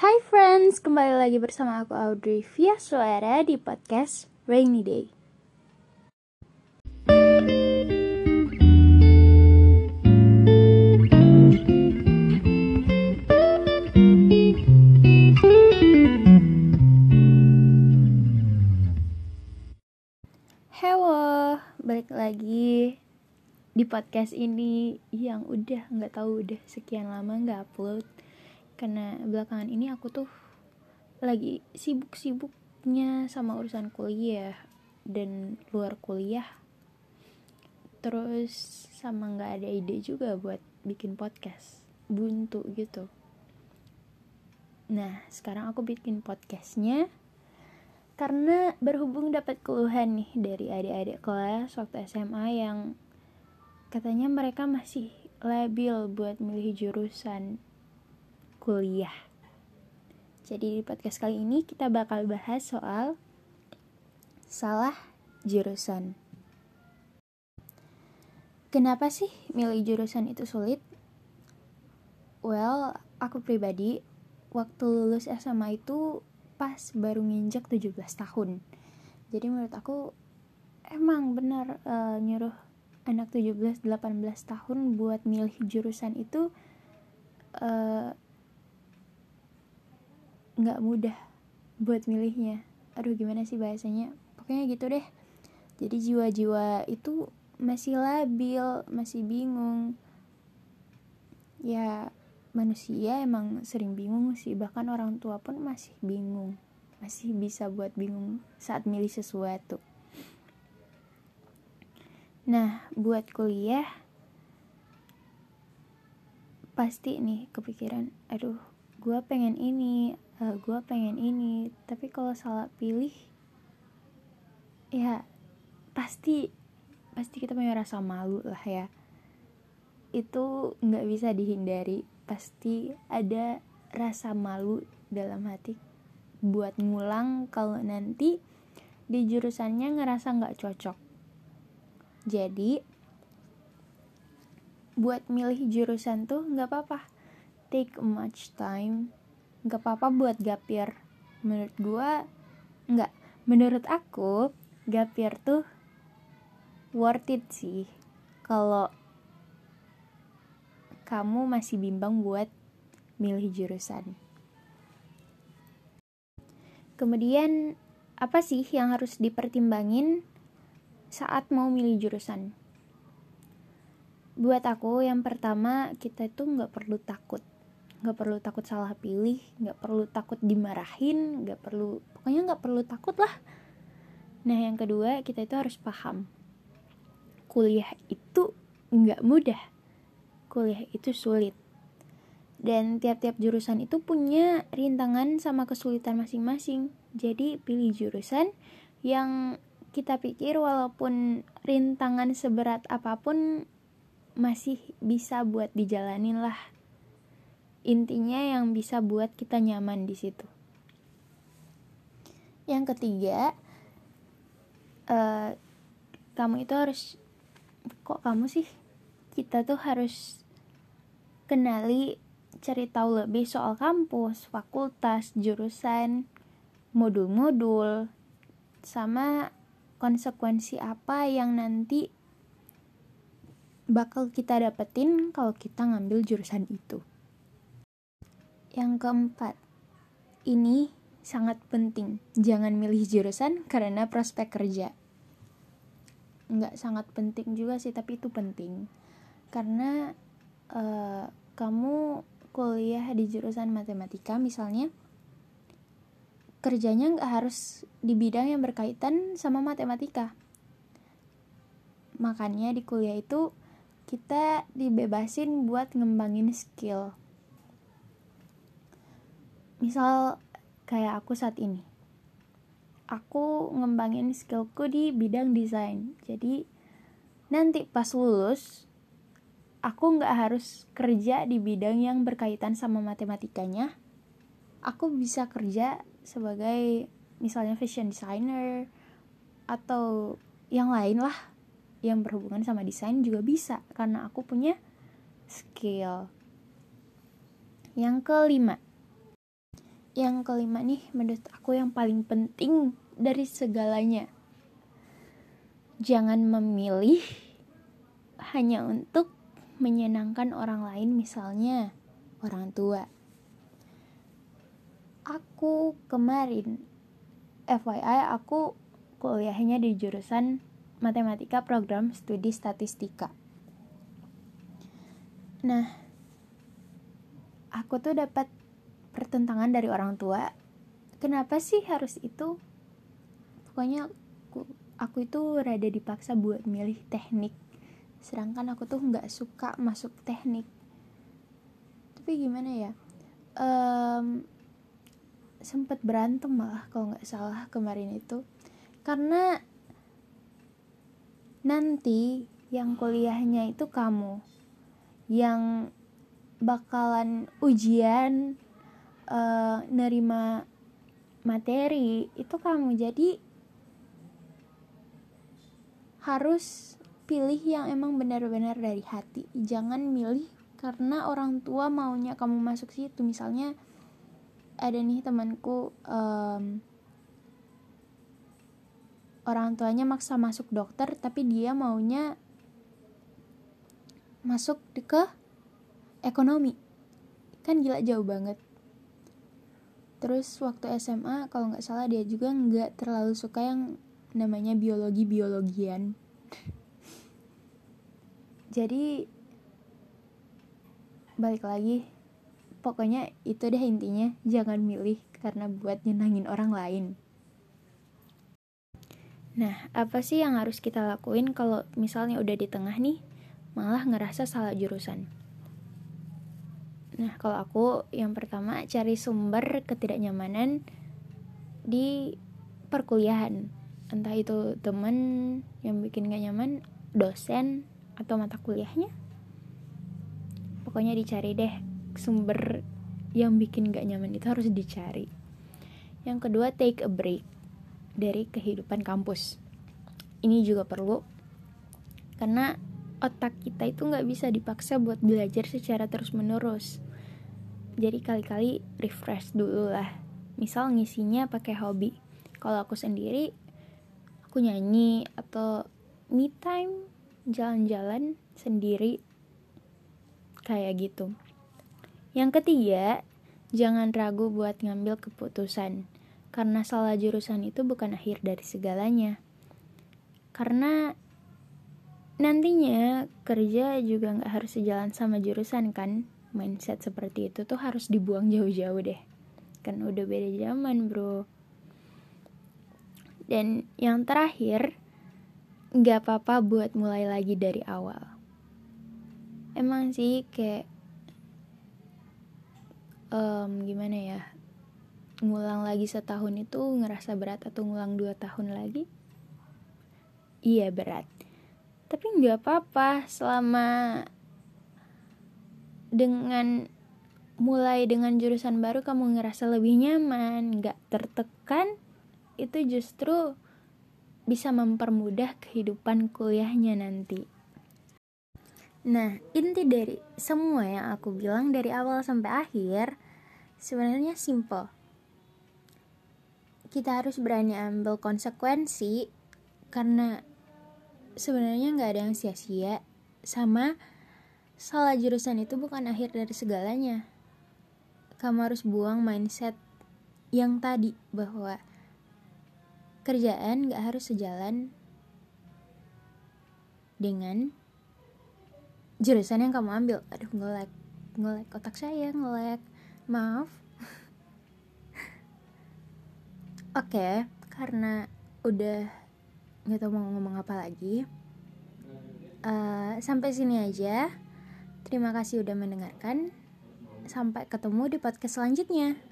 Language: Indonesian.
Hai friends, kembali lagi bersama aku Audrey via suara di podcast Rainy Day. Halo, balik lagi di podcast ini yang nggak tahu udah sekian lama nggak upload. Karena belakangan ini aku tuh lagi sibuk-sibuknya sama urusan kuliah dan luar kuliah. Terus sama nggak ada ide juga buat bikin podcast, buntu gitu. Nah, sekarang aku bikin podcastnya karena berhubung dapat keluhan nih dari adik-adik kelas waktu SMA yang katanya mereka masih labil buat milih jurusan kuliah. Jadi di podcast kali ini kita bakal bahas soal salah jurusan. Kenapa sih milih jurusan itu sulit? Well, aku pribadi waktu lulus SMA itu pas baru nginjak 17 tahun. Jadi menurut aku emang benar nyuruh anak 17-18 tahun buat milih jurusan itu gak mudah buat milihnya. Aduh, gimana sih bahasanya? Pokoknya gitu deh. Jadi jiwa-jiwa itu masih labil, masih bingung. Ya, manusia emang sering bingung sih. Bahkan orang tua pun masih bingung. Masih bisa buat bingung saat milih sesuatu. Nah, buat kuliah pasti nih kepikiran, aduh, gue pengen ini, tapi kalau salah pilih, ya pasti kita punya rasa malu lah ya. Itu nggak bisa dihindari, pasti ada rasa malu dalam hati buat ngulang kalau nanti di jurusannya ngerasa nggak cocok. Jadi buat milih jurusan tuh nggak apa-apa, take much time, nggak apa-apa buat gap year. Menurut aku gap year tuh worth it sih kalau kamu masih bimbang buat milih jurusan. Kemudian apa sih yang harus dipertimbangin saat mau milih jurusan? Buat aku yang pertama, kita itu gak perlu takut salah pilih, gak perlu takut dimarahin, pokoknya gak perlu takut lah. Nah, yang kedua, kita itu harus paham kuliah itu gak mudah, kuliah itu sulit, dan tiap-tiap jurusan itu punya rintangan sama kesulitan masing-masing. Jadi pilih jurusan yang kita pikir walaupun rintangan seberat apapun masih bisa buat dijalanin lah. Intinya yang bisa buat kita nyaman di situ. Yang ketiga, kamu itu harus, kita tuh harus kenali, cari tahu lebih soal kampus, fakultas, jurusan, modul-modul, sama konsekuensi apa yang nanti bakal kita dapetin kalau kita ngambil jurusan itu. Yang keempat, ini sangat penting, jangan milih jurusan karena prospek kerja. Nggak sangat penting juga sih, tapi itu penting. Karena kamu kuliah di jurusan matematika misalnya, kerjanya nggak harus di bidang yang berkaitan sama matematika. Makanya di kuliah itu kita dibebasin buat ngembangin skill. Misal kayak aku saat ini, aku ngembangin skillku di bidang desain. Jadi nanti pas lulus, aku gak harus kerja di bidang yang berkaitan sama matematikanya. Aku bisa kerja sebagai misalnya fashion designer atau yang lain lah yang berhubungan sama desain juga bisa, karena aku punya skill. Yang kelima, Yang kelima nih, menurut aku yang paling penting dari segalanya, jangan memilih hanya untuk menyenangkan orang lain, misalnya orang tua. Aku kemarin, FYI, aku kuliahnya di jurusan matematika program studi statistika. Nah, aku tuh dapat pertentangan dari orang tua. Kenapa sih harus itu? Pokoknya aku itu rada dipaksa buat milih teknik, sedangkan aku tuh nggak suka masuk teknik. Tapi gimana ya, sempet berantem malah kalau nggak salah kemarin itu, karena nanti yang kuliahnya itu kamu, yang bakalan ujian, nerima materi itu kamu. Jadi harus pilih yang emang benar-benar dari hati. Jangan milih karena orang tua maunya kamu masuk situ. Misalnya ada nih temanku, orang tuanya maksa masuk dokter, tapi dia maunya masuk ke ekonomi. Kan gila, jauh banget. Terus waktu SMA kalau nggak salah dia juga nggak terlalu suka yang namanya biologian. Jadi balik lagi, pokoknya itu deh intinya, jangan milih karena buat nyenangin orang lain. Nah, apa sih yang harus kita lakuin kalau misalnya udah di tengah nih, malah ngerasa salah jurusan? Nah, kalau aku yang pertama, cari sumber ketidaknyamanan di perkuliahan. Entah itu teman yang bikin gak nyaman, dosen, atau mata kuliahnya. Pokoknya dicari deh sumber yang bikin gak nyaman, itu harus dicari. Yang kedua, take a break dari kehidupan kampus. Ini juga perlu, karena otak kita itu gak bisa dipaksa buat belajar secara terus menerus. Jadi kali-kali refresh dulu lah. Misal ngisinya pakai hobi. Kalau aku sendiri, aku nyanyi atau me time, jalan-jalan sendiri, kayak gitu. Yang ketiga, jangan ragu buat ngambil keputusan, karena salah jurusan itu bukan akhir dari segalanya. Karena nantinya kerja juga gak harus sejalan sama jurusan kan. Mindset seperti itu tuh harus dibuang jauh-jauh deh. Kan udah beda zaman, bro. Dan yang terakhir, gak apa-apa buat mulai lagi dari awal. Emang sih kayak gimana ya, ngulang lagi setahun itu ngerasa berat, atau ngulang 2 tahun lagi, iya berat. Tapi gak apa-apa selama dengan mulai dengan jurusan baru kamu ngerasa lebih nyaman, gak tertekan, itu justru bisa mempermudah kehidupan kuliahnya nanti. Nah, inti dari semua yang aku bilang dari awal sampai akhir sebenarnya simple. Kita harus berani ambil konsekuensi, karena sebenarnya gak ada yang sia-sia. Sama salah jurusan itu bukan akhir dari segalanya. Kamu harus buang mindset yang tadi, bahwa kerjaan gak harus sejalan dengan jurusan yang kamu ambil. Aduh, nge-lag otak saya, nge-lag. Maaf. Oke, karena udah gak tau mau ngomong apa lagi, sampai sini aja. Terima kasih udah mendengarkan. Sampai ketemu di podcast selanjutnya.